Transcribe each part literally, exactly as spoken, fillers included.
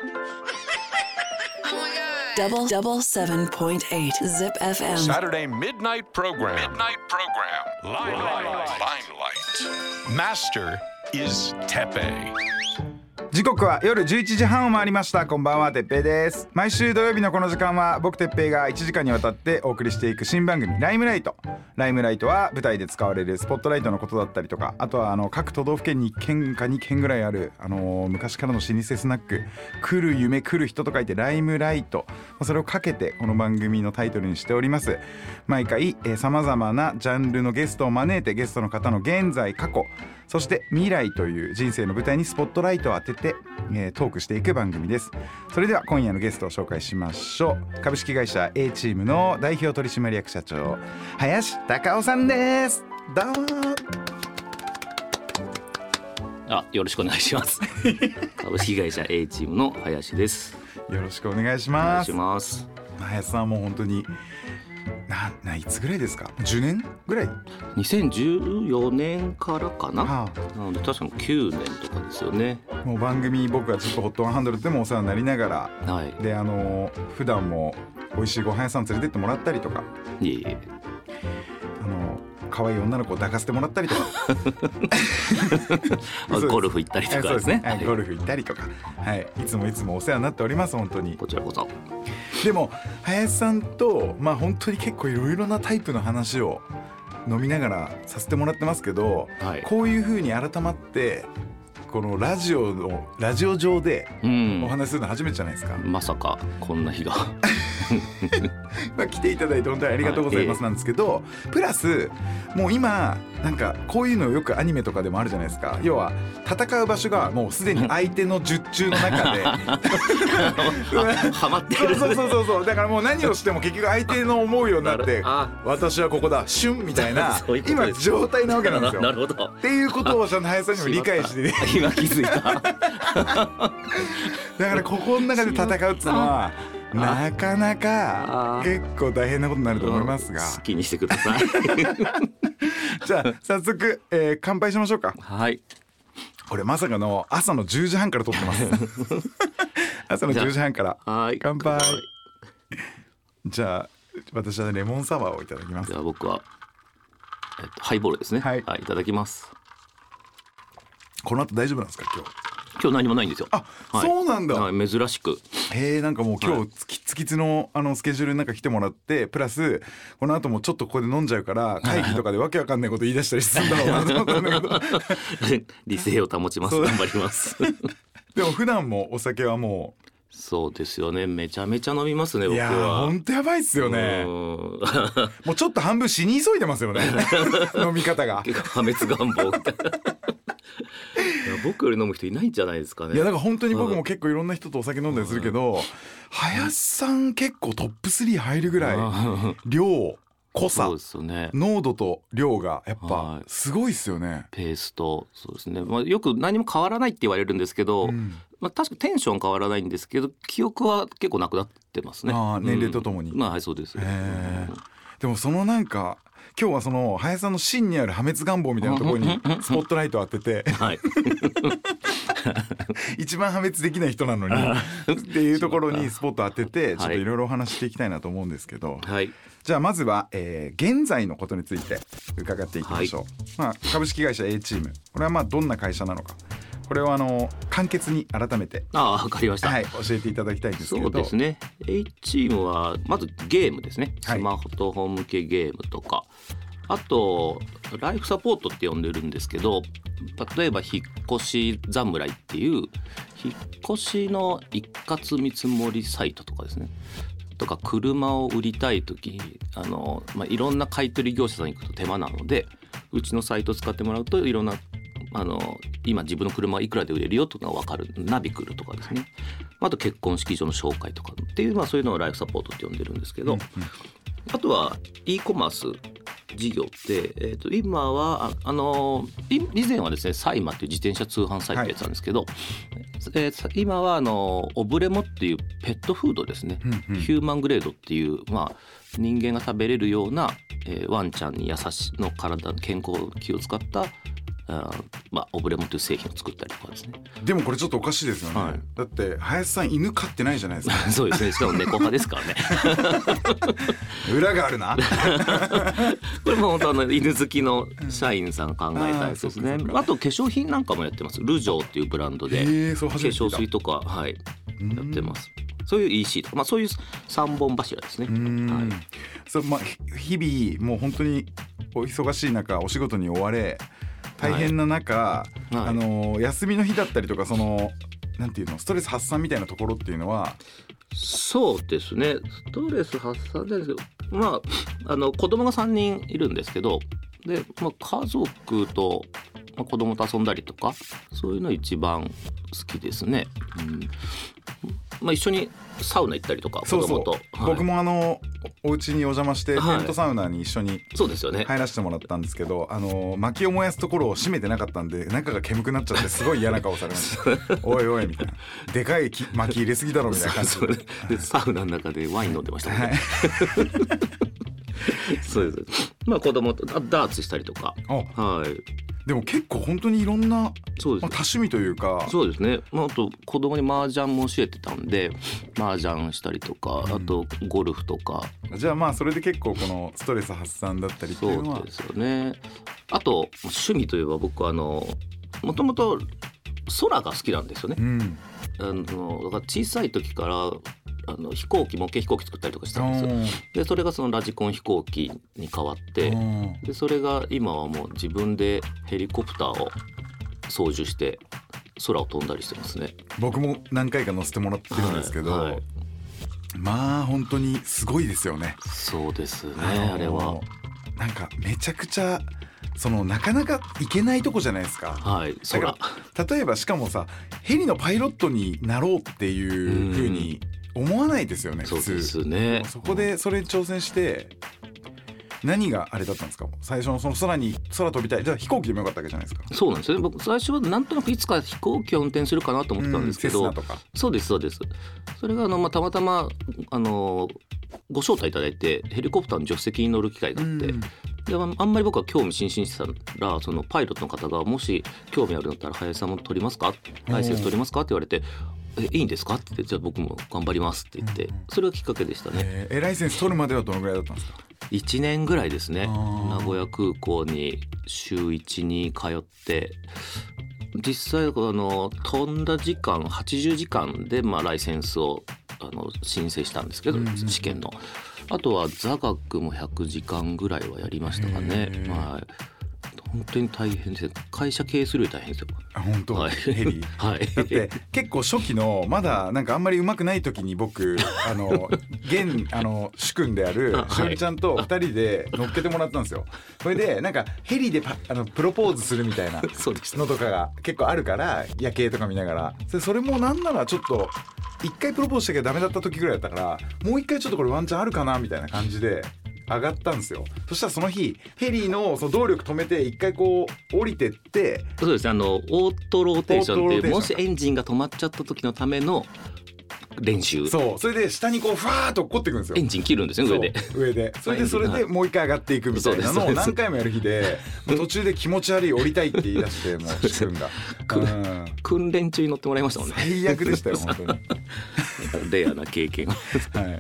Double double seven point eight Zip エフエム Saturday midnight program. Midnight program. Limelight. Limelight. Master is Teppei. 時刻は夜じゅういちじはんを回りました。こんばんは、てっぺいです。毎週土曜日のこの時間は僕てっぺいがいちじかんにわたってお送りしていく新番組ライムライト。ライムライトは舞台で使われるスポットライトのことだったりとか、あとはあの各都道府県にいっけんかにけんぐらいある、あのー、昔からの老舗スナック来る夢来る人と書いてライムライト、それをかけてこの番組のタイトルにしております。毎回さまざまなジャンルのゲストを招いて、ゲストの方の現在過去そして未来という人生の舞台にスポットライトを当てて、えー、トークしていく番組です。それでは今夜のゲストを紹介しましょう。株式会社 A チームの代表取締役社長林隆夫さんです。どうも。 あ、よろしくお願いします株式会社 A チームの林です。 よろしくお願いしお願います。 します。 林さんはもう本当になないつぐらいですか。じゅうねんぐらい。 にせんじゅうよねんからかな、 はあ、なので確かにきゅうねんとかですよね。 もう番組僕がずっとホットワンハンドルでもお世話になりながら、 はい。 であの普段も美味しいご飯屋さん連れてってもらったりとか、 いえいえ。 あの可愛い女の子を抱かせてもらったりとかゴルフ行ったりとかですね。 はい、ゴルフ行ったりとか、はい、いつもいつもお世話になっております。本当に。 こちらこそ。 でも林さんとまあ本当に結構いろいろなタイプの話を飲みながらさせてもらってますけど、 はい、 こういう風に改まってこのラジオのラジオ上でお話しするの初めてじゃないですか、 うん、まさかこんな日がまあ来ていただいて本当にありがとうございますなんですけど、プラスもう今なんかこういうのよくアニメとかでもあるじゃないですか。要は戦う場所がもうすでに相手の術中の中でハマってる。 そうそうそうそう。だからもう何をしても結局相手の思うようになって私はここだシュンみたいな今状態なわけなんですよ。 なるほど。 っていうことをちゃんと林さんにも理解してね今気づいただからここの中で戦うっていうのはなかなか結構大変なことになると思いますが、 好きにしてくださいじゃあ早速、えー、乾杯しましょうか。 はい。 これまさかの朝のじゅうじはんから撮ってます朝のじゅうじはんから。 はい、 乾杯。じゃあ私はレモンサワーをいただきます。 じゃあ僕は、えっと、ハイボールですね。 はい、 はい、いただきます。 この後大丈夫なんですか。今日今日何もないんですよ。 あ、 はい、 そうなんだ、 はい、珍しく。 へえ、なんかもう今はい、 日つきつきつのあのスケジュールの中来てもらって、プラスこの後もちょっとここで飲んじゃうから会議とかでわけわかんないこと言い出したりするんだろうなと思ったんだけど理性を保ちます。頑張りますでも普段もお酒はもう。 そうですよね、めちゃめちゃ飲みますね僕は。 いやほんとやばいっすよね。もうちょっと半分死に急いでますよね飲み方が結構破滅願望みたいないや僕より飲む人いないんじゃないですかね。 いやだから本当に僕も結構いろんな人とお酒飲んだりするけど、林さん結構トップスリー入るぐらい量濃さ、 そうですよね、 濃度と量がやっぱすごいっすよね。 ペースと。そうですね、まあ、よく何も変わらないって言われるんですけど、うんまあ、確かテンション変わらないんですけど記憶は結構なくなってますね。 あ、年齢とともに、 うん、まあはいそうです、 えー、でもそのなんか今日はその林さんの真にある破滅願望みたいなところにスポットライトを当ててはい一番破滅できない人なのにっていうところにスポット当ててちょっといろいろお話していきたいなと思うんですけど、 はい、 じゃあまずは、えー、現在のことについて伺っていきましょう、はい。まあ、株式会社 A チーム、これはまあどんな会社なのか、これをあの簡潔に改めてああ分かりました、 はい、教えていただきたいんですけど。 そうですね、 A チームはまずゲームですね、 はい、 スマホとホーム系ゲームとか、あとライフサポートって呼んでるんですけど、例えば引っ越し侍っていう引っ越しの一括見積もりサイトとかですね、とか車を売りたい時にあの、まあ、いろんな買い取り業者さんに行くと手間なので、うちのサイト使ってもらうといろんなあの今自分の車はいくらで売れるよとか分かるナビクルとかですね、あと結婚式場の紹介とかっていう、まあ、そういうのをライフサポートって呼んでるんですけど、うんうん、あとは e コマース事業って、えー、と今は あ, あの以前はですねサイマっていう自転車通販サイトやってたんですけど、はいえー、今はあのオブレモっていうペットフードですね、うんうん、ヒューマングレードっていう、まあ、人間が食べれるような、えー、ワンちゃんに優しいの体健康気を使ったあまあ、オブレモンという製品を作ったりとかですね。 でもこれちょっとおかしいですよね、はい、だって林さん犬飼ってないじゃないですかそうですね、しかも猫派ですからね裏があるなこれも本当あの犬好きの社員さん考えたやつですね、うん、あ, あと化粧品なんかもやってます。ルジョーっていうブランドで化粧水とか、はい、やってます。そういう イーシー とか、まあ、そういうさんぼん柱ですね。 うん、はい、そう、まあ、日々もう本当にお忙しい中お仕事に追われ大変な中、はいはい、あの休みの日だったりとかそのなんていうのストレス発散みたいなところっていうのは。 そうですね、ストレス発散ですけど、まあ、あの子供がさんにんいるんですけどで、まあ、家族と、まあ、子供と遊んだりとかそういうの一番好きですね、うんまあ、一緒にサウナ行ったりとか子供と。 そうそう、はい、僕もあのお家にお邪魔してテントサウナに一緒に入らせてもらったんですけど、あの薪を燃やすところを閉めてなかったんで中が煙くなっちゃってすごい嫌な顔されましたおいおいみたいな、でかい薪入れすぎだろみたいな感じそうそうでサウナの中でワイン飲んでましたもんね、はいそうです。まあ子供とダーツしたりとか、はい。 でも結構本当にいろんな、そうです、まあ、多趣味というか。 そうですね。まあ、あと子供に麻雀も教えてたんで麻雀したりとか、あとゴルフとか、 うん、じゃあまあそれで結構このストレス発散だったりっていうのは。 そうですよね。あと趣味といえば僕はあのもともと空が好きなんですよね、うん、あのだから小さい時からあの飛行機模型飛行機作ったりとかしたんですよ。でそれがそのラジコン飛行機に変わってでそれが今はもう自分でヘリコプターを操縦して空を飛んだりしてますね。 僕も何回か乗せてもらってるんですけど、はいはい、まあ本当にすごいですよね。 そうですね、あれはなんかめちゃくちゃそのなかなか行けないとこじゃないですか。 はい、 だから例えばしかもさヘリのパイロットになろうっていう風に思わないですよね、普通。 そうですね。 そこでそれに挑戦して何があれだったんですか。最初のその空に空飛びたいじゃあ飛行機でもよかったわけじゃないですか。 そうなんですよね。僕最初はなんとなくいつか飛行機を運転するかなと思ってたんですけど、 うん、セスナとか。 そうですそうです。それがあの、まあ、たまたまあのご招待いただいてヘリコプターの助手席に乗る機会があって、うん、であんまり僕は興味津々してたらそのパイロットの方がもし興味あるんだったら林さんも取りますかライセンス取りますかって言われてえいいんですかって言ってじゃあ僕も頑張りますって言って、うん、それがきっかけでしたね。 えー、ライセンス取るまではどのぐらいだったんですか。 いちねんぐらいですね。名古屋空港に週いちに通って実際あの飛んだ時間はちじゅうじかんで、まあ、ライセンスをあの申請したんですけど、うん、試験のあとは座学もひゃくじかんぐらいはやりましたかね。まあ本当に大変です。会社経営するより大変ですよ。 あ本当、 はい、 ヘリ、 はい、 だって結構初期のまだなんかあんまり上手くない時に僕あの現あの主君であるしゅんちゃんとふたりで乗っけてもらったんですよ。それでなんかヘリでパあのプロポーズするみたいなのとかが結構あるから夜景とか見ながら そ, れそれもなんならちょっと一回プロポーズしたけどダメだった時ぐらいだったからもう一回ちょっとこれワンチャンあるかなみたいな感じで上がったんですよ。そしたらその日ヘリ の, その動力止めて一回こう降りてってそうですねあのオートローテーションっていうもしエンジンが止まっちゃった時のための練習。 そうそれで下にこうふわーっと落っこっていくんですよ。 エンジン切るんですね上で上でそれでそれでもう一回上がっていくみたいなのを何回もやる日で途中で気持ち悪い降りたいって言い出してもうしてるんだうん訓練中に乗ってもらいましたもんね。 最悪でしたよ本当にレアな経験、はい、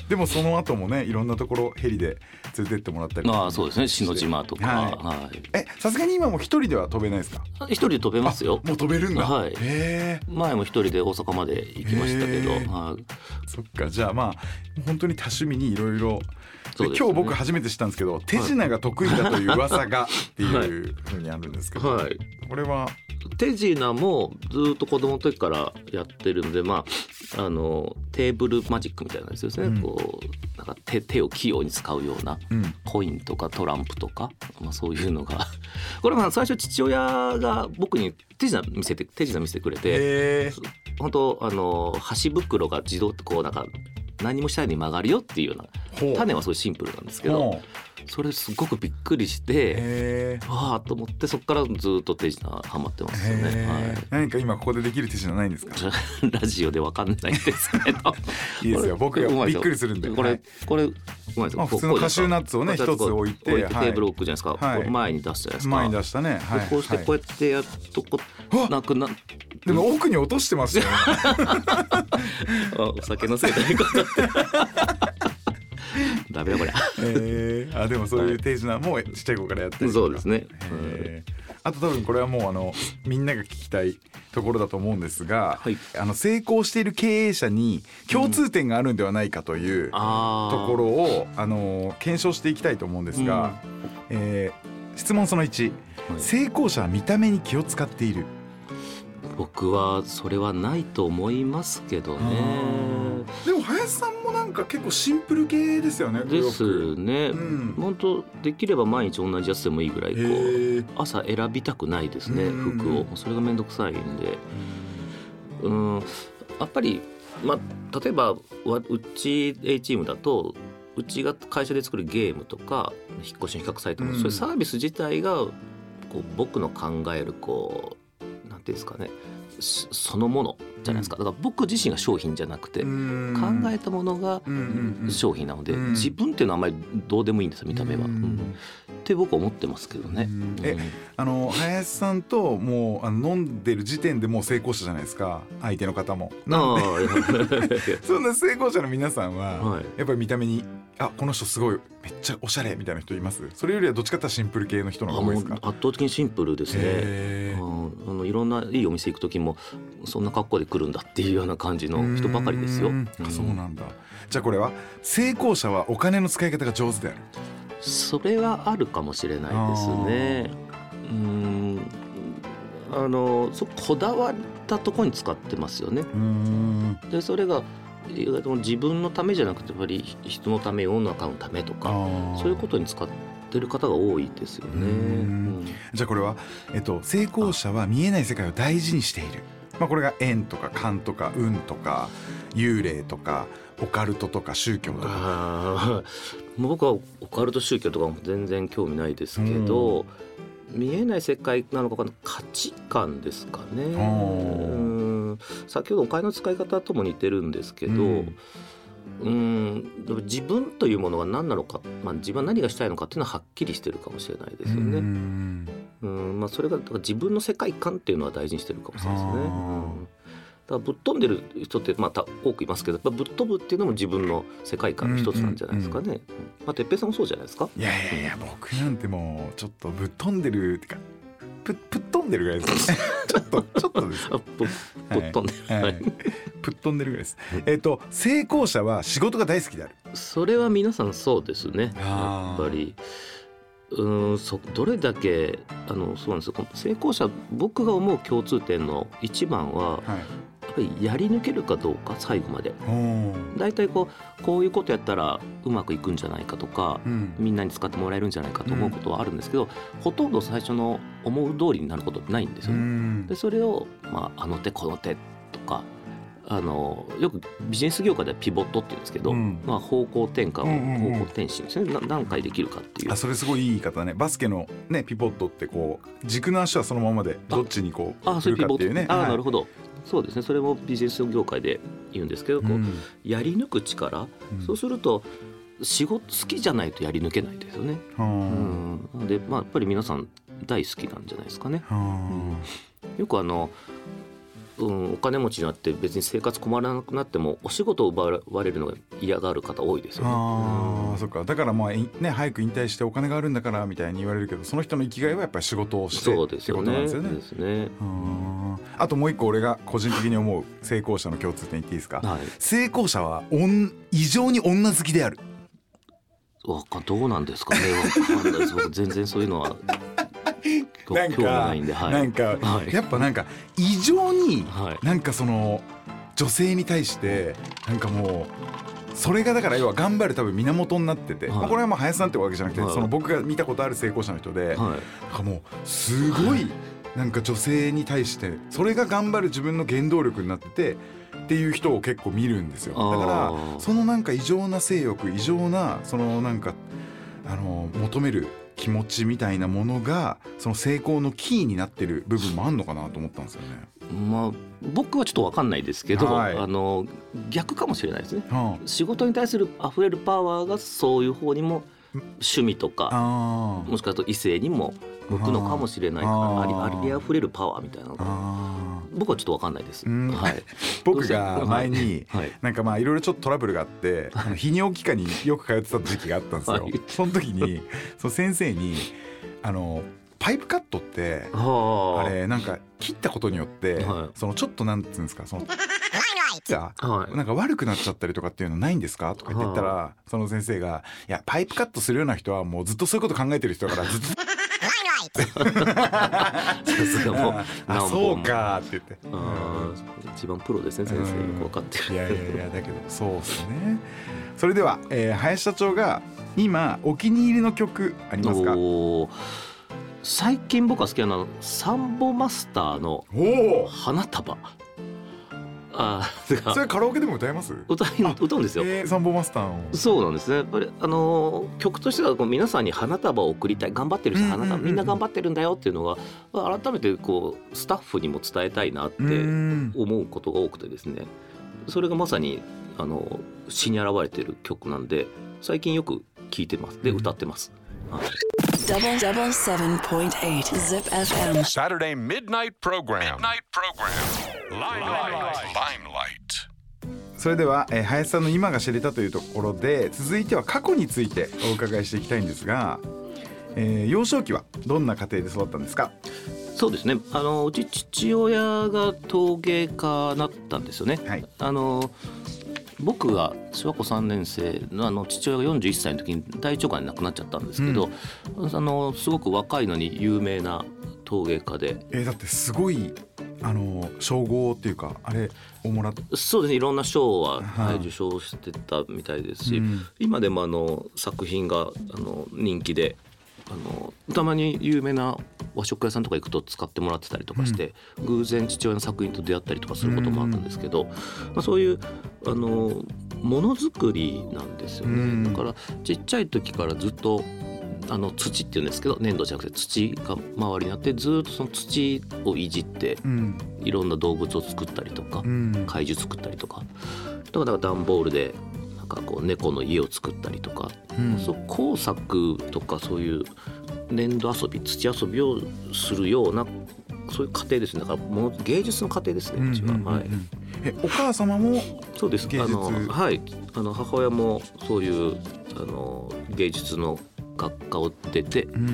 でもその後もねいろんなところヘリで連れてってもらったりああそうですね篠島とか、 はいはい、えさすがに今も一人では飛べないですか。 一人で飛べますよ。もう飛べるんだ、 はい、へ前も一人で大阪まで行きましたけど、はい、 そっかじゃあまあ本当に多趣味にいろいろ今日僕初めて知ったんですけど手品が得意だという噂がっていうふうにあるんですけど、はい、これは手品もずっと子供の時からやってるので、まあ、あのテーブルマジックみたいなやつですね、うん、こうなんか 手, 手を器用に使うような、うん、コインとかトランプとか、まあ、そういうのがこれは最初父親が僕に手品見せて手品見せてくれて本当あの箸袋が自動こうなんか何もしないように曲がるよっていうような種はすごいシンプルなんですけどそれすごくびっくりしてわあと思ってそこからずっと手品ハマってますよね、はい、 何か今ここでできる手品ないんですか。 ラジオでわかんないですけどいいですよ僕がびっくりするんでこれ、はい、これごめんなさいまあ、普通のカシューナッツをねこう一つ置いて置いてテはいーブル置くじゃないですか、 はいこう前に出すじゃないですか。 前に出したね、はいでこうしてこうやってやるとこはうなくなでも奥に落としてますよねあお酒のせいだねこうなってダメだこれえー、あでもそういう手品もちっちゃい子からやってるそうですね、 えーあと多分これはもうあのみんなが聞きたいところだと思うんですが、 はいあの成功している経営者に共通点があるんではないかというとあころを、あの検証していきたいと思うんですが、えー質問そのいち、 はい成功者は見た目に気を使っている。 僕はそれはないと思いますけどね。 でも林さんもなんか結構シンプル系ですよね。 ですね、 うん本当できれば毎日同じやつでもいいぐらいこへうー朝選びたくないですね、 うん服を。それがめんどくさいんで、うんやっぱり、まあ、例えばわうち A チームだとうちが会社で作るゲームとか引っ越しの比較サイトも、 うんそういうサービス自体がこう僕の考えるこうなんていうんですかねしそのものじゃないですか。だから僕自身が商品じゃなくて、 うん考えたものがうんうんうん商品なので、 うん自分っていうのはあんまりどうでもいいんですよ見た目は、 うんうんって僕は思ってますけどね。 うんえあの林さんともうあの飲んでる時点でもう成功者じゃないですか、相手の方も。 うん、ああそんな成功者の皆さんは、 はいやっぱり見た目にあこの人すごいめっちゃおしゃれみたいな人います？それよりはどっちかっていうとシンプル系の人のあ方が多いですか？ もう圧倒的にシンプルですね。 へーうんあのいろんないいお店行く時もそんな格好で来るんだっていうような感じの人ばかりですよ。 うーんあそうなんだ。じゃあこれは成功者はお金の使い方が上手である。 それはあるかもしれないですね。うんあのそこだわったところに使ってますよね。 うーんでそれが意外と自分のためじゃなくてやっぱり人のため世の中のためとかそういうことに使ってる方が多いですよね。 うーんうんじゃあこれは、えっと、成功者は見えない世界を大事にしている。まあ、これが縁とか勘とか運とか幽霊とかオカルトとか宗教とか。 あーもう僕はオカルト宗教とかも全然興味ないですけど、見えない世界なのか分かんない価値観ですかね。うん先ほどお金の使い方とも似てるんですけど、 うんうんでも自分というものが何なのか、まあ、自分は何がしたいのかっていうのははっきりしてるかもしれないですようね。 んうんまあ、それがだから自分の世界観っていうのは大事にしてるかもしれないですね。 あーうんだからぶっ飛んでる人ってまた多くいますけど、やっぱぶっ飛ぶっていうのも自分の世界観の一つなんじゃないですかね。うんまあ、てっぺいさんもそうじゃないですか。 いやいやいや僕なんてもうちょっとぶっ飛んでるってかぶぶっ飛んでるぐらいですねちょっとちょっとですあぶぶっ飛んで、 はいはいぶっ飛んでるぐらいです。えっと成功者は仕事が大好きである。 それは皆さんそうですね。 あーやっぱりうーんそどれだけあのそうなんですよ。この成功者僕が思う共通点の一番ははいやっぱりやり抜けるかどうか最後まで。 おーだいたいこうこういうことやったらうまくいくんじゃないかとか、 うんみんなに使ってもらえるんじゃないかと思うことはあるんですけど、ほとんど最初の思う通りになることってないんですうよね。 んでそれを、まあ、あの手この手とかあのよくビジネス業界ではピボットって言うんですけど、 うんまあ、方向転換を、 うんうんうん方向転進ですね。な何回できるかっていうあそれすごいいい言い方だね。バスケのねピボットってこう軸の足はそのままでどっちにこうあそういうピボット、 振るかっていうね。 あ、 はいなるほど。そうですね。それもビジネス業界で言うんですけど、こううんやり抜く力、 うんそうすると仕事好きじゃないとやり抜けないですよね。 はうん、で、まあ、やっぱり皆さん大好きなんじゃないですかね。 あはよくあの、うん、お金持ちになって別に生活困らなくなってもお仕事を奪われるのが嫌がる方多いですよね。 ああそっか。だからまあいね早く引退してお金があるんだからみたいに言われるけど、その人の生きがいはやっぱり仕事をしてそうでってこすよね。 となんですよね。 ですね。 あーあともう一個俺が個人的に思う成功者の共通点言っていいですか。 はい。 成功者は女異常に女好きである。 わかどうなんですかね。わかんないです。僕全然そういうのは興なん興味なかいんで、はい。 なんか、 はいやっぱなんか異常にはいなんかその女性に対してなんかもうそれがだから要は頑張る多分源になってて、 はいまあこれはまあ林さんってわけじゃなくて、 はいその僕が見たことある成功者の人で、 はい。 なんかもうすごいなんか女性に対してそれが頑張る自分の原動力になっててっていう人を結構見るんですよ。だからあーそのなんか異常な性欲異常なそのなんかあの求める気持ちみたいなものがその成功のキーになってる部分もあんのかなと思ったんですよね。 うまあ僕はちょっと分かんないですけど、 はい、 あの逆かもしれないですね、 うん、 仕事に対する溢れるパワーがそういう方にも趣味とかもしかすると異性にも向くのかもしれないからありありあふれるパワーみたいなのが僕はちょっと分かんないです、はい、 僕が前にはい、 なんかまあいろいろちょっとトラブルがあって、はい、泌尿器科によく通ってた時期があったんですよ、はい、その時にその先生にあのパイプカットってあれなんか切ったことによって、はい、そのちょっとなんつうんですかそのはい、なんか悪くなっちゃったりとかっていうのないんですかとか言ったら、はい、その先生がいやパイプカットするような人はもうずっとそういうこと考えてる人だからずっとさすがもうあそうかって言って、うん、 一番プロですね先生、うん、分かってる。 いやいやいやだけどそうですね。それでは、えー、林社長が今お気に入りの曲ありますか？ お最近僕が好きなのはサンボマスターの花束。あそれカラオケでも歌えます？ 歌歌うんですよ、 えー、サンボマスターをそうなんですね。やっぱりあのー、曲としてはこう皆さんに花束を送りたい頑張ってる人、花束みんな頑張ってるんだよっていうのが改めてこうスタッフにも伝えたいなって思うことが多くてですね、それがまさにあの詩に表れている曲なんで最近よく聴いてますで歌ってます、はい、 Double double seven point eight Zip エフエム Saturday Midnight Program Midnight Program Limelight それでは、えー、林さんの今が知れたというところで続いては過去についてお伺いしていきたいんですが、えー、幼少期はどんな家庭で育ったんですか？ そうですね、あのうち父親が陶芸家だったんですよね、はい、あの僕が小学校さんねん生 の, あの父親がよんじゅういっさいの時に大腸がんで亡くなっちゃったんですけど、うん、あのすごく若いのに有名な陶芸家で、 えー、だってすごいあの称号っていうかあれをもらっそうですねいろんな賞は、はい、受賞してたみたいですし、うん、今でもあの作品があの人気であのたまに有名な和食屋さんとか行くと使ってもらってたりとかして、うん、偶然父親の作品と出会ったりとかすることもあったんですけど、うんまあ、そういうあのものづくりなんですよね、うん、だからちっちゃい時からずっとあの土っていうんですけど粘土じゃなくて土が周りになってずっとその土をいじって、うん、いろんな動物を作ったりとか、うん、怪獣作ったりとかだから段ボールでなんかこう猫の家を作ったりとか、うん、そう工作とかそういう粘土遊び土遊びをするようなそういう家庭ですね。だからもう芸術の家庭ですねうちは、うんうんうん、はい、 えお母様もそうですあの、はい、あの母親もそういうあの芸術の学科を出て、うん、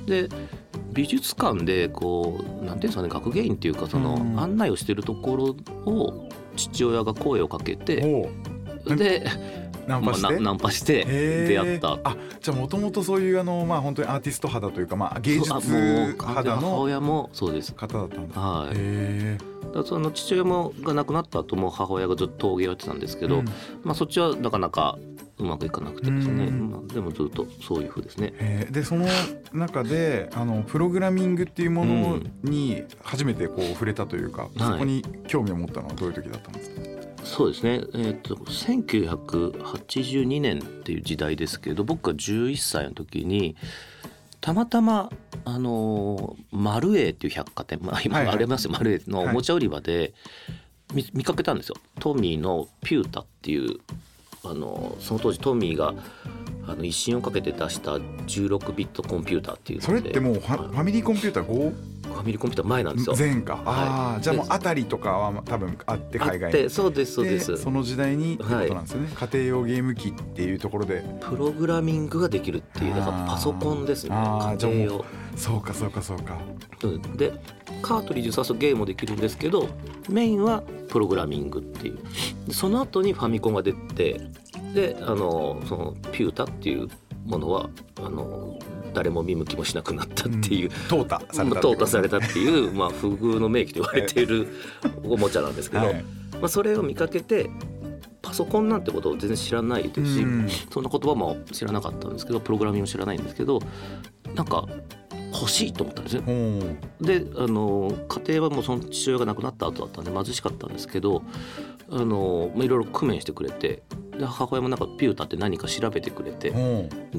で美術館でこうなんていうんですかね学芸員っていうかその案内をしているところを父親が声をかけて、うん、でナンパして、まあ、 ナンパして出会った。 あじゃあもともとそういうあの、まあ、本当にアーティスト肌というか、まあ、芸術肌の母親もそうです方だったんだ。 はい、へだその父親もが亡くなった後も母親がずっと陶芸をやってたんですけど、うんまあ、そっちはなかなかうまくいかなくてですね、うんまあ、でもずっとそういう風ですね。 えー、でその中であのプログラミングっていうものに初めてこう触れたというか、うん、そこに興味を持ったのはどういう時だったんですか？ そうですね、えー、とせんきゅうひゃくはちじゅうにねんっていう時代ですけど僕がじゅういっさいの時にたまたまあのマルエーっていう百貨店、まあ、今ありますよ、はいはい、マルエーのおもちゃ売り場で 見, 見かけたんですよ。トミーのピュータっていうあのその当時トミーがあの一瞬をかけて出したじゅうろくビットコンピューターっていうのでそれってもうフ ァ, ファミリーコンピューターごファミリーコンピューター前なんですよ前か、あ、はい、じゃあもうあたりとかは多分あって海外にそうですそうですその時代にってことなんですよね、はい、家庭用ゲーム機っていうところでプログラミングができるっていうだからパソコンですね。 あ家庭用そうかそうかそうかでカートリッジを挿すとゲームもできるんですけどメインはプログラミングっていうでその後にファミコンが出てであのそのピュータっていうものはあの誰も見向きもしなくなったっていう、うん、 淘汰された淘汰されたっていう、まあ、不遇の名機と言われているおもちゃなんですけど、はいまあ、それを見かけてパソコンなんてことを全然知らないですし、うん、そんな言葉も知らなかったんですけどプログラミングも知らないんですけどなんか欲しいと思ったんですよ、うん、であの家庭はもうその父親が亡くなった後だったんで貧しかったんですけどあの、まあ、いろいろ工面してくれてで母親もなんかピュータって何か調べてくれて、うん、で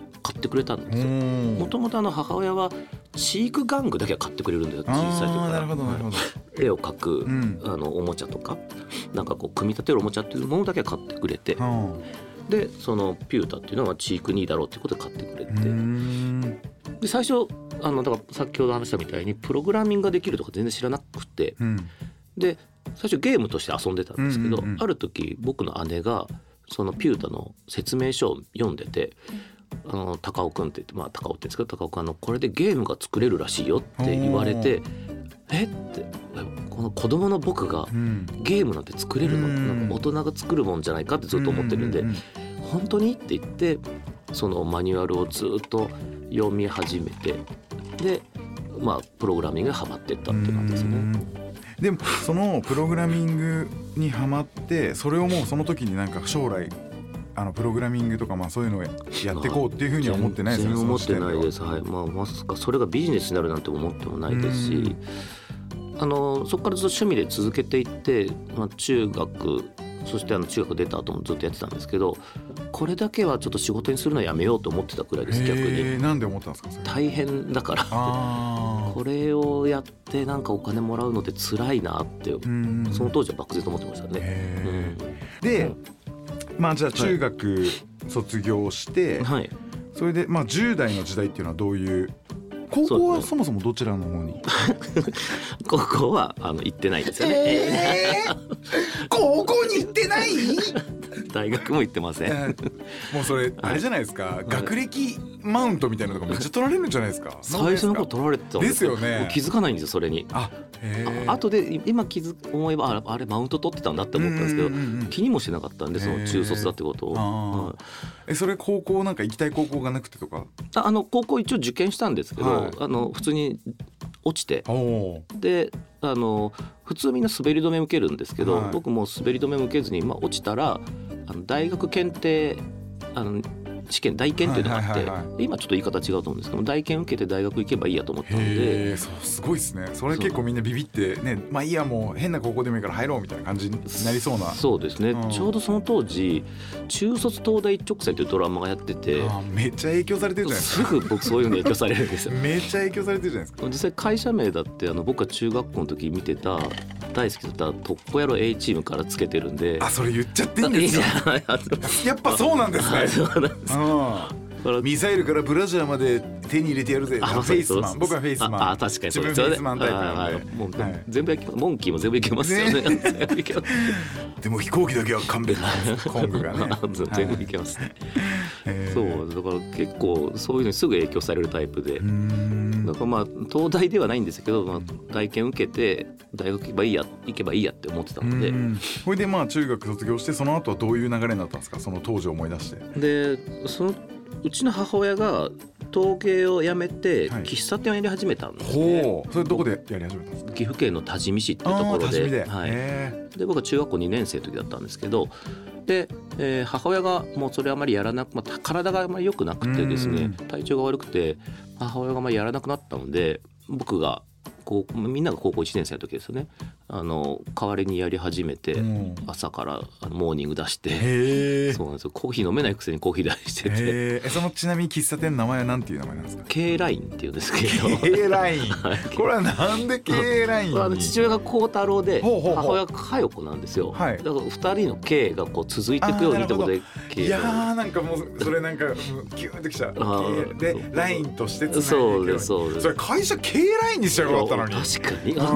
買ってくれたんですよ。もともと母親はチーク玩具だけは買ってくれるんだよ、小さい時から。 なるほどなるほど。 絵を描く、 うん、 あのおもちゃとかなんかこう組み立てるおもちゃっていうものだけは買ってくれて、でそのピュータっていうのはチークにだろうっていうことで買ってくれて、で最初あのだから先ほど話したみたいにプログラミングができるとか全然知らなくて、うん、で最初ゲームとして遊んでたんですけど、うんうんうん、ある時僕の姉がそのピュータの説明書を読んでて、あの高尾くんって言って、まあ高尾って言うんですけど、高尾くんあのこれでゲームが作れるらしいよって言われて、えってこの子供の僕がゲームなんて作れるの、うん、なんか大人が作るもんじゃないかってずっと思ってるんで、うんうんうん、本当にって言ってそのマニュアルをずっと読み始めて、でまあプログラミングにハマっていったって感じですね。 でもそのプログラミングにハマってそれをもうその時になんか将来あのプログラミングとかまあそういうのをやっていこうっていうふうには思ってないですよね。 全然思ってないです、はい。まあ、まさかそれがビジネスになるなんて思ってもないですし、あのそこからずっと趣味で続けていって、まあ、中学そしてあの中学出た後もずっとやってたんですけど、これだけはちょっと仕事にするのやめようと思ってたくらいです。逆になんで思ったんですか？それ大変だからあこれをやってなんかお金もらうのって辛いなってその当時は漠然と思ってましたね。 うん、で、うんまあ、じゃあ中学卒業して、はい、それでまあじゅう代の時代っていうのはどういう高校はそもそもどちらの方に高校はあの行ってないですよね、 えー、高校に行ってない大学も行ってませんもうそれあれじゃないですか、はい、学歴マウントみたいなのがめっちゃ取られるんじゃないですか最初の頃取られてたんですよね。 気づかないんですよそれに。ああとで今気づ思えば あ, あれマウント取ってたんだって思ったんですけど、うんうんうん、気にもしなかったんでその中卒だってことを、はい、 えそれ高校なんか行きたい高校がなくてとか。 ああの高校一応受験したんですけど、はい、あの普通に落ちてであの普通みんな滑り止め受けるんですけど、はい、僕も滑り止め受けずに、まあ、落ちたらあの大学検定あの試験大検っていうのがあって、はいはいはいはい、今ちょっと言い方違うと思うんですけど大検受けて大学行けばいいやと思ったので。 へそうすごいですね。それ結構みんなビビってね、まあいいやもう変な高校でもいいから入ろうみたいな感じになりそうな。 そうですね、うん、ちょうどその当時中卒東大一直線というドラマがやっててあめっちゃ影響されてるじゃないですか。 すぐ僕そういうの影響されるんですよめっちゃ影響されてるじゃないですか。 実際会社名だってあの僕が中学校の時見てた大好きだった特攻野郎 A チームからつけてるんで。 あそれ言っちゃっていいんですかやっぱそうなんですねそうなんです、 うんミサイルからブラジャーまで手に入れてやるぜ。フェイスマン僕はフェイスマン。 ああ確かにそうですよね。自分フェイスマンタイプなんで、もう、はい、全部モンキーも全部いけますよね。ねでも飛行機だけは勘弁なんですコングがね全部いけますね、はい、そうだから結構そういうのにすぐ影響されるタイプで、だからまあ東大ではないんですけど、まあ、外見受けて大学行けばいいや行けばいいやって思ってたので、 それでまあ中学卒業してその後はどういう流れになったんですか。その当時を思い出して。 でそのうちの母親が陶芸をやめて喫茶店をやり始めたんですね、 はい、ほうそれどこでやり始めたんですか。 岐阜県の多治見市っていうところ で, で,、はい、で僕は中学校にねん生の時だったんですけど、で、えー、母親がもうそれあまりやらなく、まあ、体があまり良くなくてですね、体調が悪くて母親があまりやらなくなったので、僕がこうみんなが高校いちねん生の時ですよね、あの代わりにやり始めて、うん、朝からモーニング出して、そうなんですよ、コーヒー飲めないくせにコーヒー出してて。 えそのちなみに喫茶店の名前は何ていう名前なんですか。 K ラインっていうんですけど K ライン、はい、これはなんで K ラインに。 あの父親が孝太郎で母親が佳代子なんですよ、はい、だからふたりの K がこう続いていくようにってことで K いやーなんかもうそれなんかキューンときちゃうでラインとしてつないでいくように。そうですそうです。それ会社 K ラインにしちゃうよかったのに。 確かに、うん、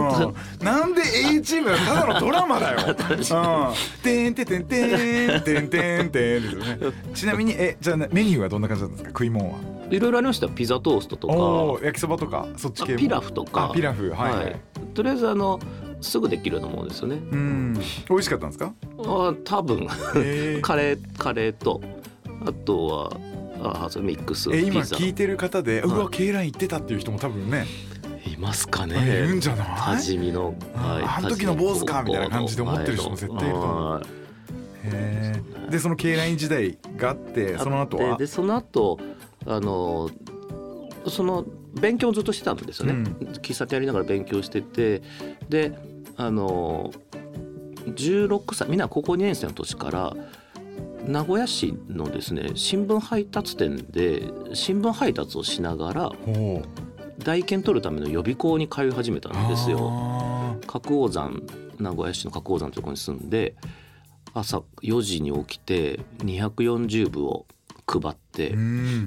なんで A チームだただのドラマだよてんてんてんてんてんてんてんですよね。ちなみにえじゃあメニューはどんな感じなんですか。食い物はいろいろありました。 ピザトーストとか焼きそばとかそっち系も。 ピラフとか。 あピラフはい、はい、 とりあえずあのすぐできるようなものですよね。 うん美味しかったんですか。 あ多分カレーカレーとあとはあそれミックスピザ。 え今聞いてる方で、はい、うわ K ライン行ってたっていう人も多分ねいますかね。 いるんじゃない。 多治見の、 はい、あの時の坊主かみたいな感じで思ってる人も絶対いると思う。へでその K ライン時代があってその後はでその後あのその勉強をずっとしてたんですよね、うん、喫茶店やりながら勉強してて、であのじゅうろくさいみんな高校にねん生の年から名古屋市のですね新聞配達店で新聞配達をしながら代券取るための予備校に通い始めたんですよ。角王山、名古屋市の角王山というところに住んで、朝よじに起きてにひゃくよんじゅうぶを配って、うん、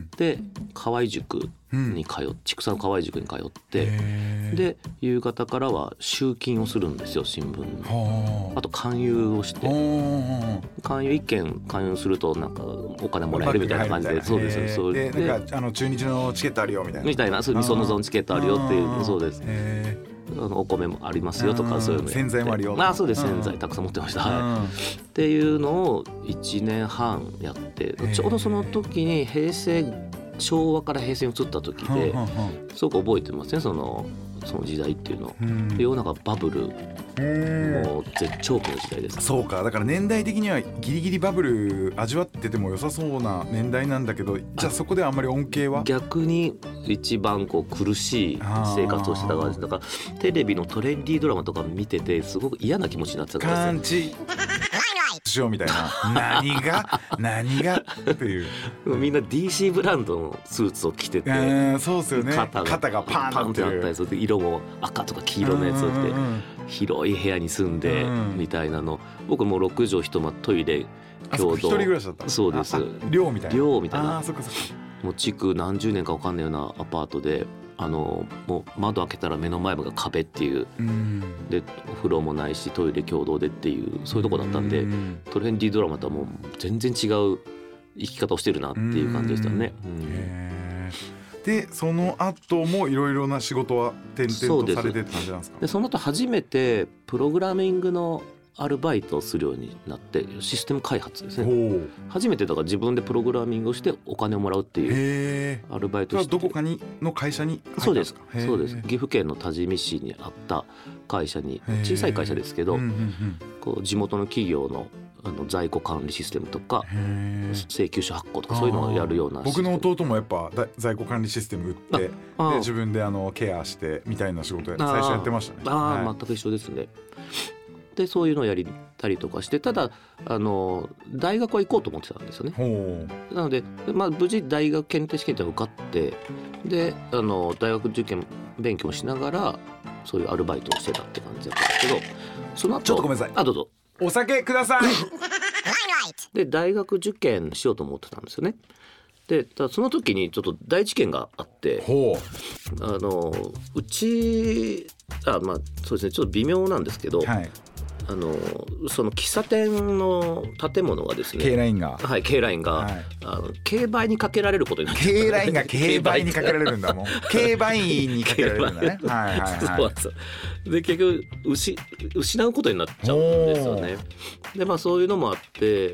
で河合塾に通って千種の河合塾に通って、で夕方からは集金をするんですよ、新聞の。あと勧誘をして、勧誘一件勧誘するとなんかお金もらえるみたいな感じで、そうです。それでなんかあの中日のチケットあるよみたいなみたいな、そうみそのゾーンチケットあるよっていう、そうです。あのお米もありますよとか、そういうの洗剤もあるよ。 あ、そうです、洗剤たくさん持ってました、はい、っていうのをいちねんはんやって、ちょうどその時に平成昭和から平成に移った時ですごく覚えてますね、そのその時代っていうの。世の中バブルもう絶頂期の時代です。 そうか、だから年代的にはギリギリバブル味わってても良さそうな年代なんだけど、じゃあそこではあんまり恩恵は逆に一番こう苦しい生活をしてたからです。だからテレビのトレンディードラマとか見ててすごく嫌な気持ちになってたからです。 しようみたいな何が何がっていうみんな ディーシー ブランドのスーツを着てて、 えー、そうですよね、肩が、肩がパーンパンってなったりする、色も赤とか黄色のやつを着て広い部屋に住んでみたいなの。僕もろくじょう一間トイレ共同、 一人暮らしだった。 そうです。 寮みたいな寮みたいな。 あ、そっかそっか。 もう築何十年か分かんないようなアパートで、あのもう窓開けたら目の前が壁っていう、うん、でお風呂もないしトイレ共同でっていうそういうとこだったんで、うん、トレンディードラマとはもう全然違う生き方をしてるなっていう感じでしたね。うんうん、 へー。でその後もいろいろな仕事は転々とされてって感じなんですか？ でその後初めてプログラミングのアルバイトをするようになって、システム開発ですね。初めてだから自分でプログラミングをしてお金をもらうっていうアルバイトをして。 どこかにの会社に入ったんですか？ そうです。そうです。岐阜県の多治見市にあった会社に、小さい会社ですけど、うんうんうん、こう地元の企業のあの在庫管理システムとか請求書発行とかそういうのをやるような。 僕の弟もやっぱ在庫管理システム売ってで自分であのケアしてみたいな仕事や最初やってましたね。 あ、はい、全く一緒ですね。でそういうのをやりたりとかして、ただあの大学は行こうと思ってたんですよね。なので、まあ、無事大学検定試験って受かって、であの大学受験勉強もしながらそういうアルバイトをしてたって感じだったんですけど、その後ちょっとごめんなさい。 あ、どうぞ。 お酒ください。 で大学受験しようと思ってたんですよね。でただその時にちょっと大事件があって、ほう、あのうちあ、まあそうですね、ちょっと微妙なんですけど、はい、あのその喫茶店の建物がですね、 K ラインが、 はい、K ラインが、はい、あの競売にかけられることになって、 K ラインが競売にかけられるんだもん。競売にかけられるんだね。はいはいはい。そうなんですよ。 で結局失失うことになっちゃうんですよね。でまあそういうのもあって、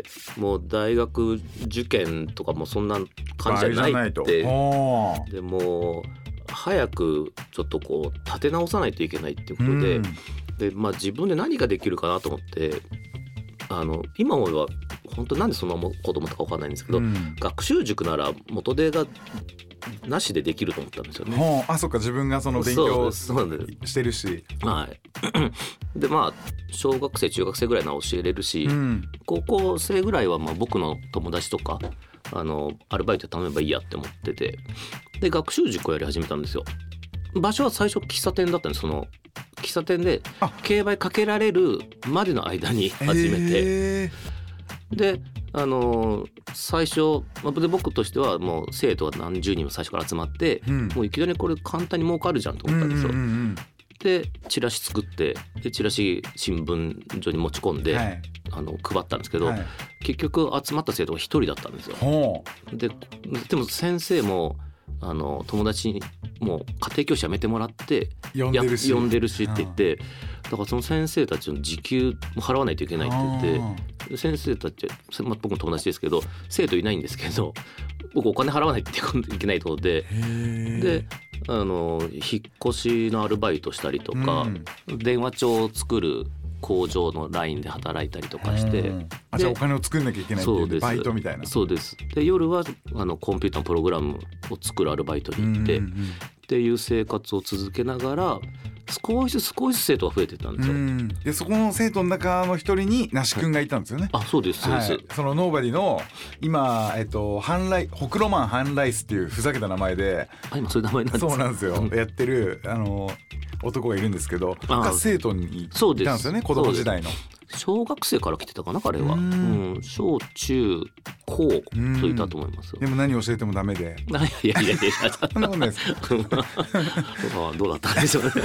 もう大学受験とかもそんな感じじゃないって、でもう早くちょっとこう立て直さないといけないっていうことで、うん、でまあ、自分で何ができるかなと思って、あの今思えば本当なんでそんなこと思ったか分かんないんですけど、うん、学習塾なら元手がなしでできると思ったんですよね。 あ、そっか、自分がその勉強してるし、 はい、でまあ小学生中学生ぐらいなら教えれるし、うん、高校生ぐらいはまあ僕の友達とかあのアルバイト頼めばいいやって思ってて、で学習塾をやり始めたんですよ。場所は最初喫茶店だったんです。その喫茶店で競売かけられるまでの間に始めて、であのー、最初で僕としてはもう生徒が何十人も最初から集まって、うん、もういきなりこれ簡単に儲かるじゃんと思ったんですよ、うんうんうん、でチラシ作って、でチラシ新聞所に持ち込んで、はい、あの配ったんですけど、はい、結局集まった生徒が一人だったんですよ。で, でも先生もあの友達にもう家庭教師辞めてもらって呼んでるし呼んでるしって言って、だからその先生たちの時給も払わないといけないって言って、先生たち、まあ、僕の友達ですけど生徒いないんですけど、僕お金払わないっていけないってことで、であの引っ越しのアルバイトしたりとか、うん、電話帳を作る工場のラインで働いたりとかして、 あ、じゃあお金を作んなきゃいけないっていうバイトみたいな。 そうです。で夜はあのコンピューターのプログラムを作るアルバイトに行って、っっていう生活を続けながら少しずつ少しずつ生徒が増えてったんですよ。 うんでそこの生徒の中の一人に那須くんがいたんですよね、 はい、あそうですそうです、 はい、そのノーバディの今、えっと、ハンライほくろマンハンライスっていうふざけた名前であ今そういう名前なんですか。 そうなんですよやってるあの男がいるんですけどが生徒にいたんですよね子供時代の。 小学生から来てたかな彼は、ううんん、小中高といたと思いますよ。 でも何教えてもダメでいやいやいやいやそんなことないですかどうだったんでしょうね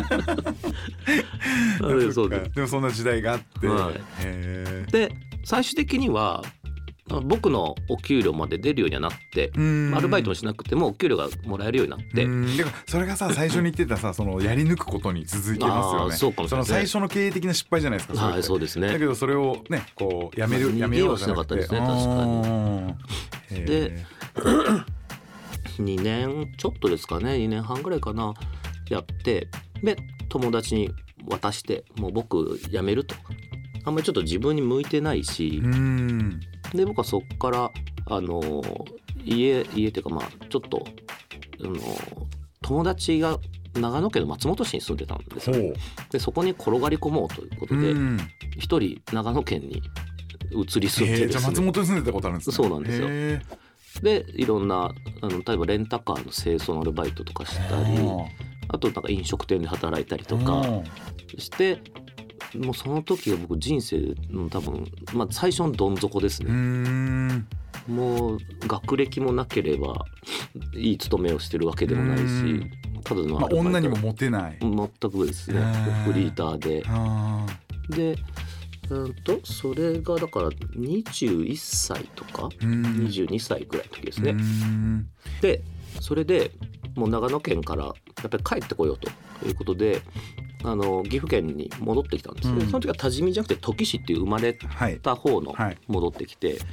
そうででもそんな時代があって、 はい、 へで最終的には僕のお給料まで出るようにはなってアルバイトもしなくてもお給料がもらえるようになってうんでもそれがさ最初に言ってたさそのやり抜くことに続いてますよね。 そうかもしれない、 その最初の経営的な失敗じゃないですか。それってはいそうですね。 だけどそれをねこうやめるやめようじゃなくて逃げはしなかったですね確かに。でにねんちょっとですかねにねんはんぐらいかなやってで友達に渡してもう僕辞めるとあんまりちょっと自分に向いてないしうんで僕はそこからあの家家っていうかまあちょっとあの友達が長野県の松本市に住んでたんですよ。でそこに転がり込もうということで一人長野県に移り住んでですね。 じゃあ松本に住んでたことあるんですね。 そうなんですよ。でいろんなあの例えばレンタカーの清掃のアルバイトとかしたりあとなんか飲食店で働いたりとかしてもうその時が僕人生の多分、まあ、最初のどん底ですね。うーんもう学歴もなければいい勤めをしてるわけでもないしただの、 まあ、女にもモテない全くですねフリーターででうんとそれがだからにじゅういっさいとかにじゅうにさいぐらいの時ですね。でそれでもう長野県からやっぱり帰ってこようということであの岐阜県に戻ってきたんですね、うん、その時は多治見じゃなくて土岐市っていう生まれた方の戻ってきて、はいはい、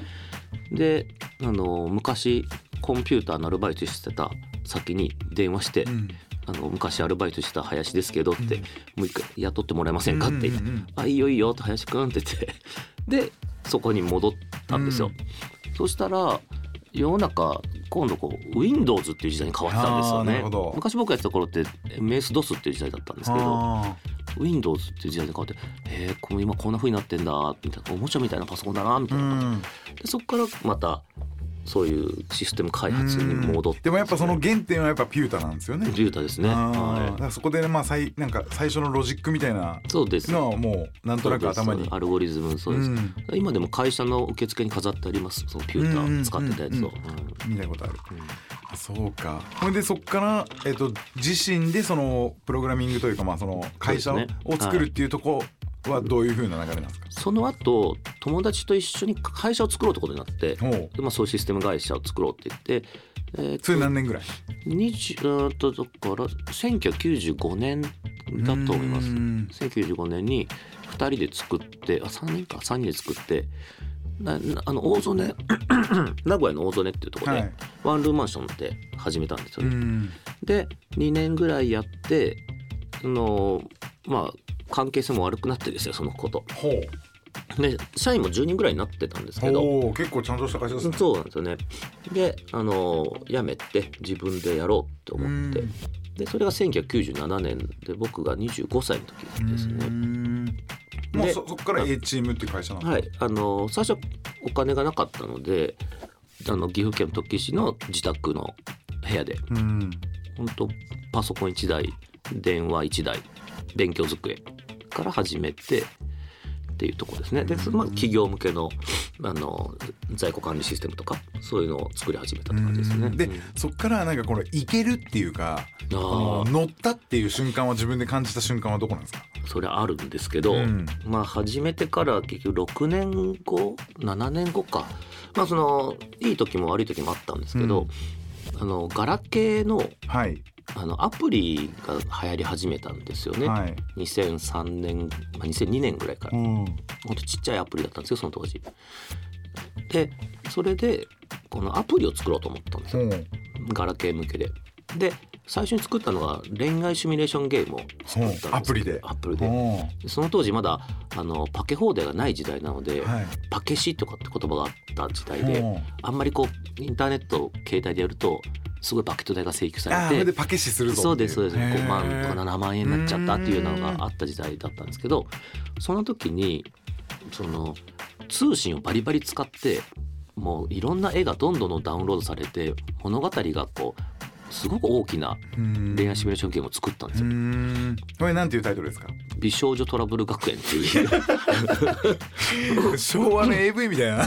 であの昔コンピューターのアルバイトしてた先に電話して、うん、あの昔アルバイトしてた林ですけどって、うん、もう一回雇ってもらえませんかって言って、うんうんうん、あいいよいいよって林くんって言ってでそこに戻ったんですよ、うん、そしたら世の中今度こう Windows っていう時代に変わってたんですよね。昔僕やってた頃って エムエスドス っていう時代だったんですけど Windows っていう時代に変わってへえこの今こんな風になってんだみたいなおもちゃみたいなパソコンだなみたいな、うん、でそこからまたそういうシステム開発に戻って、ね、 でもやっぱその原点はやっぱピュータなんですよね。 ピュータですね、はい、 だからそこでまあ最なんか最初のロジックみたいなのはもうなんとなく頭にアルゴリズムそうです、うん、今でも会社の受付に飾ってありますそのピューター使ってたやつを、 うん、見たことある、うん、そうか。それでそこから、えっと、自身でそのプログラミングというかまあその会社を作るっていうところはどういう風な流れなんですか。 その後友達と一緒に会社を作ろうってことになってで、まあ、そういうシステム会社を作ろうって言って、 えー、それ何年ぐらいにじゅうとだからせんきゅうひゃくきゅうじゅうごねんだと思います。せんきゅうひゃくきゅうじゅうごねんにふたりで作ってあさんにんかさんにんで作ってなあの大曽根名古屋の大曽根っていうところで、はい、ワンルームマンションで始めたんですよね。でにねんぐらいやってあのまあ関係性も悪くなってですよそのこと。ほうで社員もじゅうにんぐらいになってたんですけどお結構ちゃんとした会社ですね。 そうなんですよね。であの辞めて自分でやろうって思ってでそれがせんきゅうひゃくきゅうじゅうななねんで僕がにじゅうごさいの時ですね。 もう そ, そこから A チームっていう会社なんですか。 はいあの最初お金がなかったのであの岐阜県土岐市の自宅の部屋で本当パソコンいちだい電話いちだい勉強机から始めてっていうところですね。で、まあ、企業向けの、あの在庫管理システムとかそういうのを作り始めたって感じですね。 で、 うん、 そっからなんかこれいけるっていうかあの乗ったっていう瞬間は自分で感じた瞬間はどこなんですか。 それあるんですけど、うん、まあ始めてから結局ろくねんごななねんごかまあそのいい時も悪い時もあったんですけど、うん、あのガラケーの、はいあのアプリが流行り始めたんですよね、はい、にせんさんねん、まあ、にせんにねんぐらいから、うん、ほんとちっちゃいアプリだったんですよその当時でそれでこのアプリを作ろうと思ったんですよ、うん、ガラケー向けでで最初に作ったのが恋愛シミュレーションゲームを作ったんです、うん、 アプリでアプリで、うん、その当時まだあのパケ放題がない時代なので、はい、パケシとかって言葉があった時代で、うん、あんまりこうインターネット携帯でやるとすごいパケット代が請求さあーそれて、 れでパケシするぞそうっていですそうですごまんとかななまん円になっちゃったっていうのうんがあった時代だったんですけど、その時にその通信をバリバリ使ってもういろんな絵がどんどんどんダウンロードされて物語がこうすごく大きな恋愛シミュレーションゲームを作ったんですうよ。 んこれなんていうタイトルですか？ 美少女トラブル学園っていう昭和の エーブイ みたいな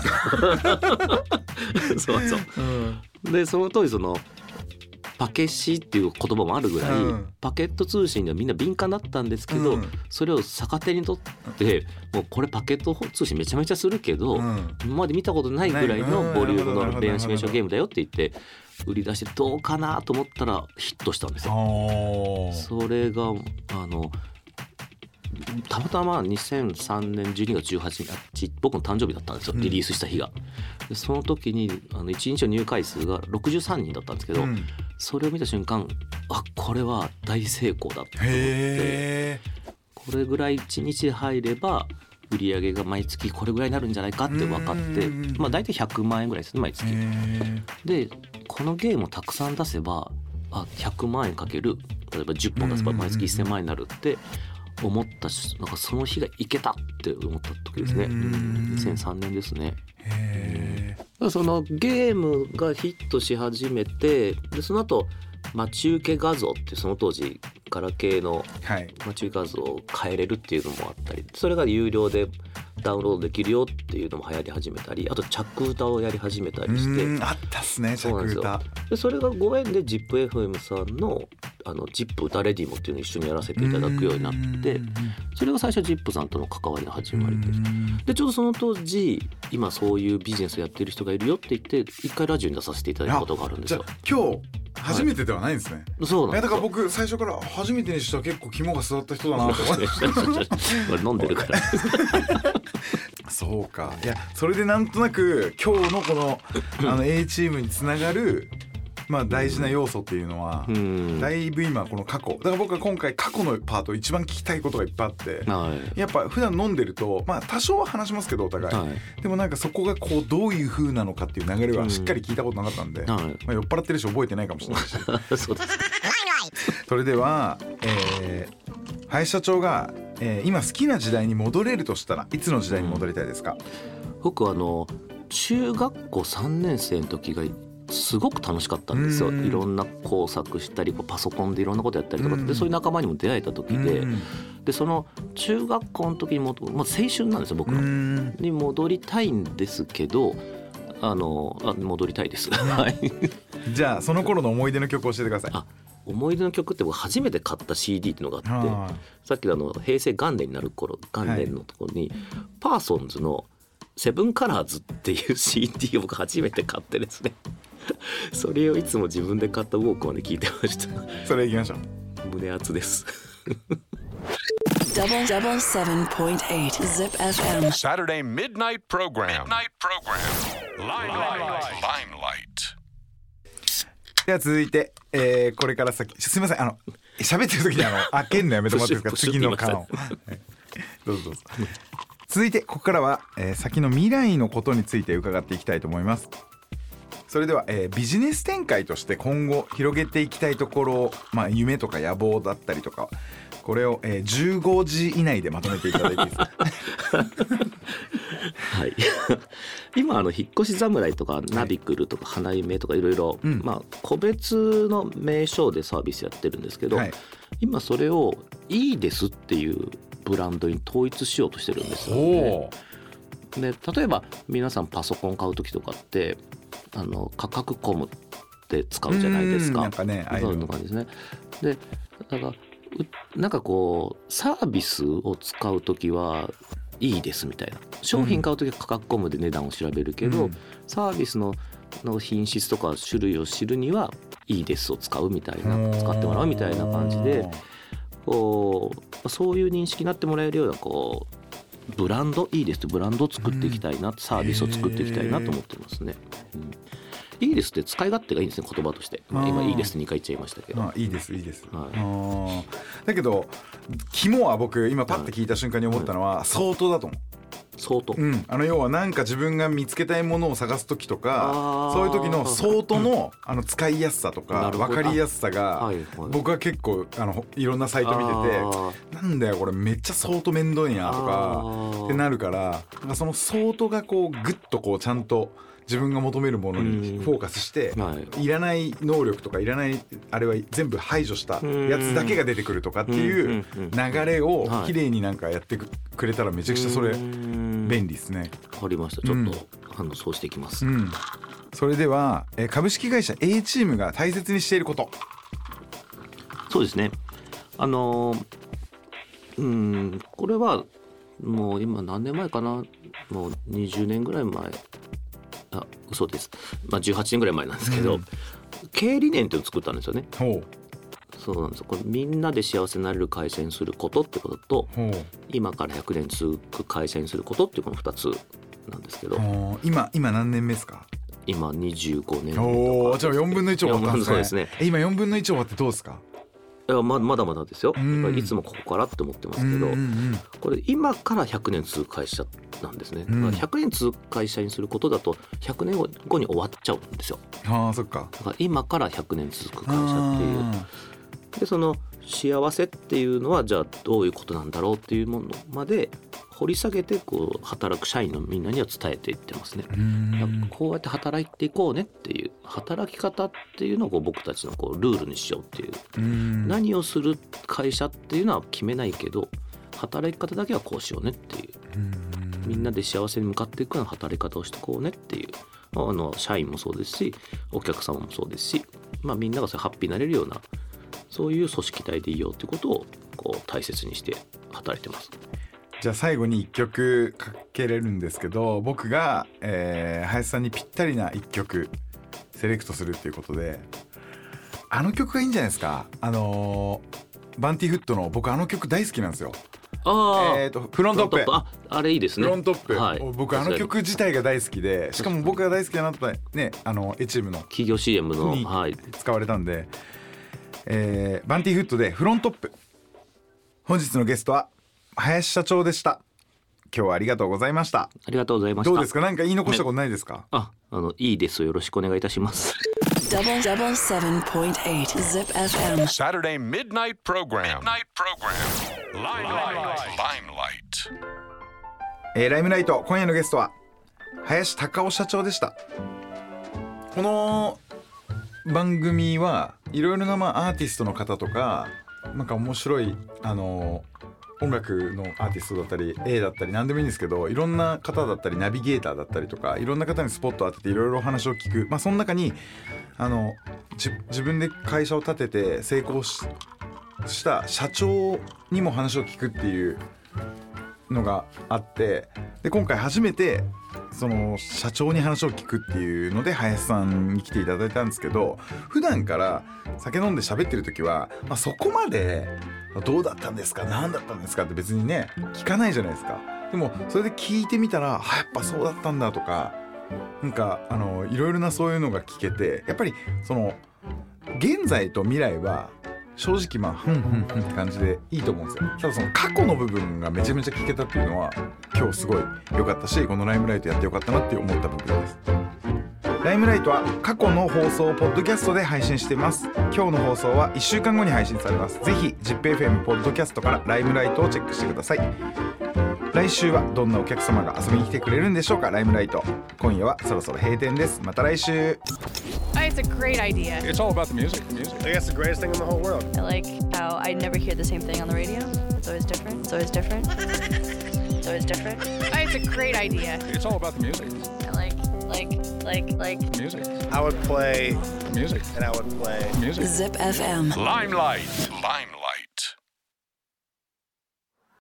そうそうでその当時そのパケシっていう言葉もあるぐらい、うん、パケット通信にはみんな敏感だったんですけど、うん、それを逆手にとってもうこれパケット通信めちゃめちゃするけど、うん、今まで見たことないぐらいのボリュームの恋愛シミュレーションゲームだよって言って売り出してどうかなと思ったらヒットしたんですよ。それがあのたまたまにせんさんねんじゅうにがつじゅうはちにち僕の誕生日だったんですよ、リリースした日が。でその時にあのいちにちの入会数がろくじゅうさんにんだったんですけど、うん、それを見た瞬間あこれは大成功だと思ってこれぐらいいちにち入れば売り上げが毎月これぐらいになるんじゃないかって分かって、まあ、大体ひゃくまんえんぐらいですね毎月でこのゲームをたくさん出せばあひゃくまんえんかける例えばじゅっぽん出せば毎月せんまんえんになるって思ったしなんかその日がいけたって思った時ですね。にせんさんねんですね。へーそのゲームがヒットし始めてでその後待ち受け画像ってその当時ガラケーの待ち受け画像を変えれるっていうのもあったりそれが有料でダウンロードできるよっていうのも流行り始めたりあと着歌をやり始めたりしてうんあったっすね着歌でそれがご縁で ジップエフエム さんのあの ジップ 歌レディモっていうのを一緒にやらせていただくようになってそれが最初 ジップ さんとの関わりの始まりですでちょうどその当時今そういうビジネスをやってる人がいるよって言って一回ラジオに出させていただいたことがあるんですよ。 じゃあ今日初めてではないんですね、 はい、そうなんですよ。 だから僕最初から初めてにしては結構肝が据わった人だなと思って飲んでるからそうかいやそれでなんとなく今日のこのあの A チームにつながるまあ大事な要素っていうのはだいぶ今この過去だから僕は今回過去のパート一番聞きたいことがいっぱいあってやっぱ普段飲んでるとまあ多少は話しますけどお互い、はい、でもなんかそこがこうどういう風なのかっていう流れはしっかり聞いたことなかったんで、うんはいまあ、酔っ払ってるし覚えてないかもしれないしそうですそれでは、えー、林社長が、えー、今好きな時代に戻れるとしたらいつの時代に戻りたいですか？ うん、僕はあの中学校さんねん生の時がすごく楽しかったんですよ。いろんな工作したりパソコンでいろんなことやったりとかでそういう仲間にも出会えた時ででその中学校の時にも、まあ、青春なんですよ僕のに戻りたいんですけどあのあ戻りたいですじゃあその頃の思い出の曲を教えてください。 あ思い出の曲って僕初めて買った シーディー っていうのがあってさっきのあの平成元年になる頃元年のところに、はい、パーソンズのセブンカラーズっていう シーディー を僕初めて買ってですねそれをいつも自分で買ったウォークマンで聞いてました。 それいきましょう。胸熱ですダブルダブルセブンポイントエイト Zip エフエム Saturday Midnight Program Midnight Program Limelight Limelight では続いて、えー、これから先すみませんあの喋ってる時にあの開けんのやめてもらっていいですか次の缶をどうぞどうぞ続いてここからは、えー、先の未来のことについて伺っていきたいと思います。それでは、えー、ビジネス展開として今後広げていきたいところ、まあ、夢とか野望だったりとかこれを、えー、じゅうごじ以内でまとめていただいていいですかはい今あの引っ越し侍とかナビクルとか花夢とかいろいろ個別の名称でサービスやってるんですけど、はい、今それをいいですっていうブランドに統一しようとしてるんですよね。で例えば皆さんパソコン買う時とかってあの価格コムって使うじゃないですか。 なんかね、 そういう感じですね。でだからなんかこうサービスを使う時はいいですみたいな商品買う時は価格コムで値段を調べるけど、うん、サービスのの品質とか種類を知るにはいいですを使うみたいな使ってもらうみたいな感じでこうそういう認識になってもらえるようなこうブランドいいですとブランドを作っていきたいな、うん、サービスを作っていきたいなと思ってますね。うん、 いいですって使い勝手がいいんですね、言葉として。まあ、今いいですにかい言っちゃいましたけど。 あいいですいいです、 はい、 あだけど肝は僕今パッて聞いた瞬間に思ったのは、はい、相当だと思う。 相当、 うん、あの要はなんか自分が見つけたいものを探す時とかそういう時の相当の、あの使いやすさとか分かりやすさが、はいはい、僕は結構あのいろんなサイト見ててなんだよこれめっちゃ相当面倒いなとかってなるから、なんかその相当がこうグッとこうちゃんと自分が求めるものにフォーカスして、はい、いらない能力とかいらないあれは全部排除したやつだけが出てくるとかっていう流れをきれいになんかやってくれたらめちゃくちゃそれ便利ですね。 わかりました。ちょっと反応そうしていきます、 うんうん、それでは株式会社 A チームが大切にしていること。 そうですね、あのうんこれはもう今何年前かな、もうにじゅうねんぐらい前、あ嘘です、まあ、じゅうはちねんぐらい前なんですけど、うん、経営理念っていうのを作ったんですよね。ほうそうなんですよ。これみんなで幸せになれる会社にすることってことと、今からひゃくねん続く会社にすることっていうこのふたつなんですけど、 今今何年目ですか？ 今にじゅうごねんめとか。 おじゃあよんぶんのいち終わったんですね。 そうですね。 今よんぶんのいち終わってどうですか？ いや ま, まだまだですよ、うん、いつもここからって思ってますけど、うんうんうん、これ今からひゃくねん続く会社なんですね、うん、ひゃくねん続く会社にすることだとひゃくねんごに終わっちゃうんですよ。 あそっか。 だから今からひゃくねん続く会社っていうで、その幸せっていうのはじゃあどういうことなんだろうっていうものまで掘り下げてこう働く社員のみんなには伝えていってますね。うんこうやって働いていこうねっていう働き方っていうのをこう僕たちのこうルールにしようっていう、うん何をする会社っていうのは決めないけど働き方だけはこうしようねっていう、うんみんなで幸せに向かっていくような働き方をしていこうねっていう、あの社員もそうですしお客様もそうですし、まあ、みんながそれハッピーになれるようなそういう組織体でいいよっていうことをこう大切にして働いてます。 じゃあ最後にいっきょくかけれるんですけど、僕が、えー、林さんにぴったりないっきょくセレクトするっていうことで、あの曲がいいんじゃないですか。あのー、バンティフットの僕あの曲大好きなんですよ。 あえー、とフロントップ、 ああれいいですね。 フロントップ、はい、僕あの曲自体が大好きで、しかも僕が大好きだなとね、あの A チームの企業 シーエム のに使われたんで、はいえー、バンティフットでフロントップ。本日のゲストは林社長でした。今日はありがとうございました。 ありがとうございました。 どうですか、なんか言い残したことないですか？ あ、あのいいです、よろしくお願いいたします。 ダブルダブルセブンポイントエイト Zip エフエム Saturday Midnight Program Midnight Program Limelight Limelight えー、ライムライト今夜のゲストは林孝雄社長でした。この番組はいろいろなまあアーティストの方とかなんか面白いあの音楽のアーティストだったり A だったり何でもいいんですけど、いろんな方だったりナビゲーターだったりとかいろんな方にスポットを当てていろいろお話を聞く、まあその中にあの自分で会社を立てて成功 し, した社長にも話を聞くっていうのがあって、で今回初めてその社長に話を聞くっていうので林さんに来ていただいたんですけど、普段から酒飲んで喋ってる時は、まあ、そこまでどうだったんですか何だったんですかって別にね聞かないじゃないですか。でもそれで聞いてみたら、あやっぱそうだったんだとか、なんかあのいろいろなそういうのが聞けて、やっぱりその現在と未来は正直まあふんふんふんって感じでいいと思うんですよ。ただその過去の部分がめちゃめちゃ聞けたっていうのは今日すごい良かったし、このライムライトやってよかったなって思った部分です。ライムライトは過去の放送をポッドキャストで配信しています。今日の放送はいっしゅうかんごに配信されます。ぜひ ジップエフエム ポッドキャストからライムライトをチェックしてください。来週はどんなお客様が遊びに来てくれるんでしょうか。ライムライト今夜はそろそろ閉店です。また来週。 It's a great idea. It's all about the music. music. I guess the greatest thing in the whole world. I like how I never hear the same thing on the radio. It's always different. It's always different. It's always different. It's a great idea. It's all about the music. I like, like, like, like music. I would play music, and I would play music. Zip エフエム Limelight. Limelight.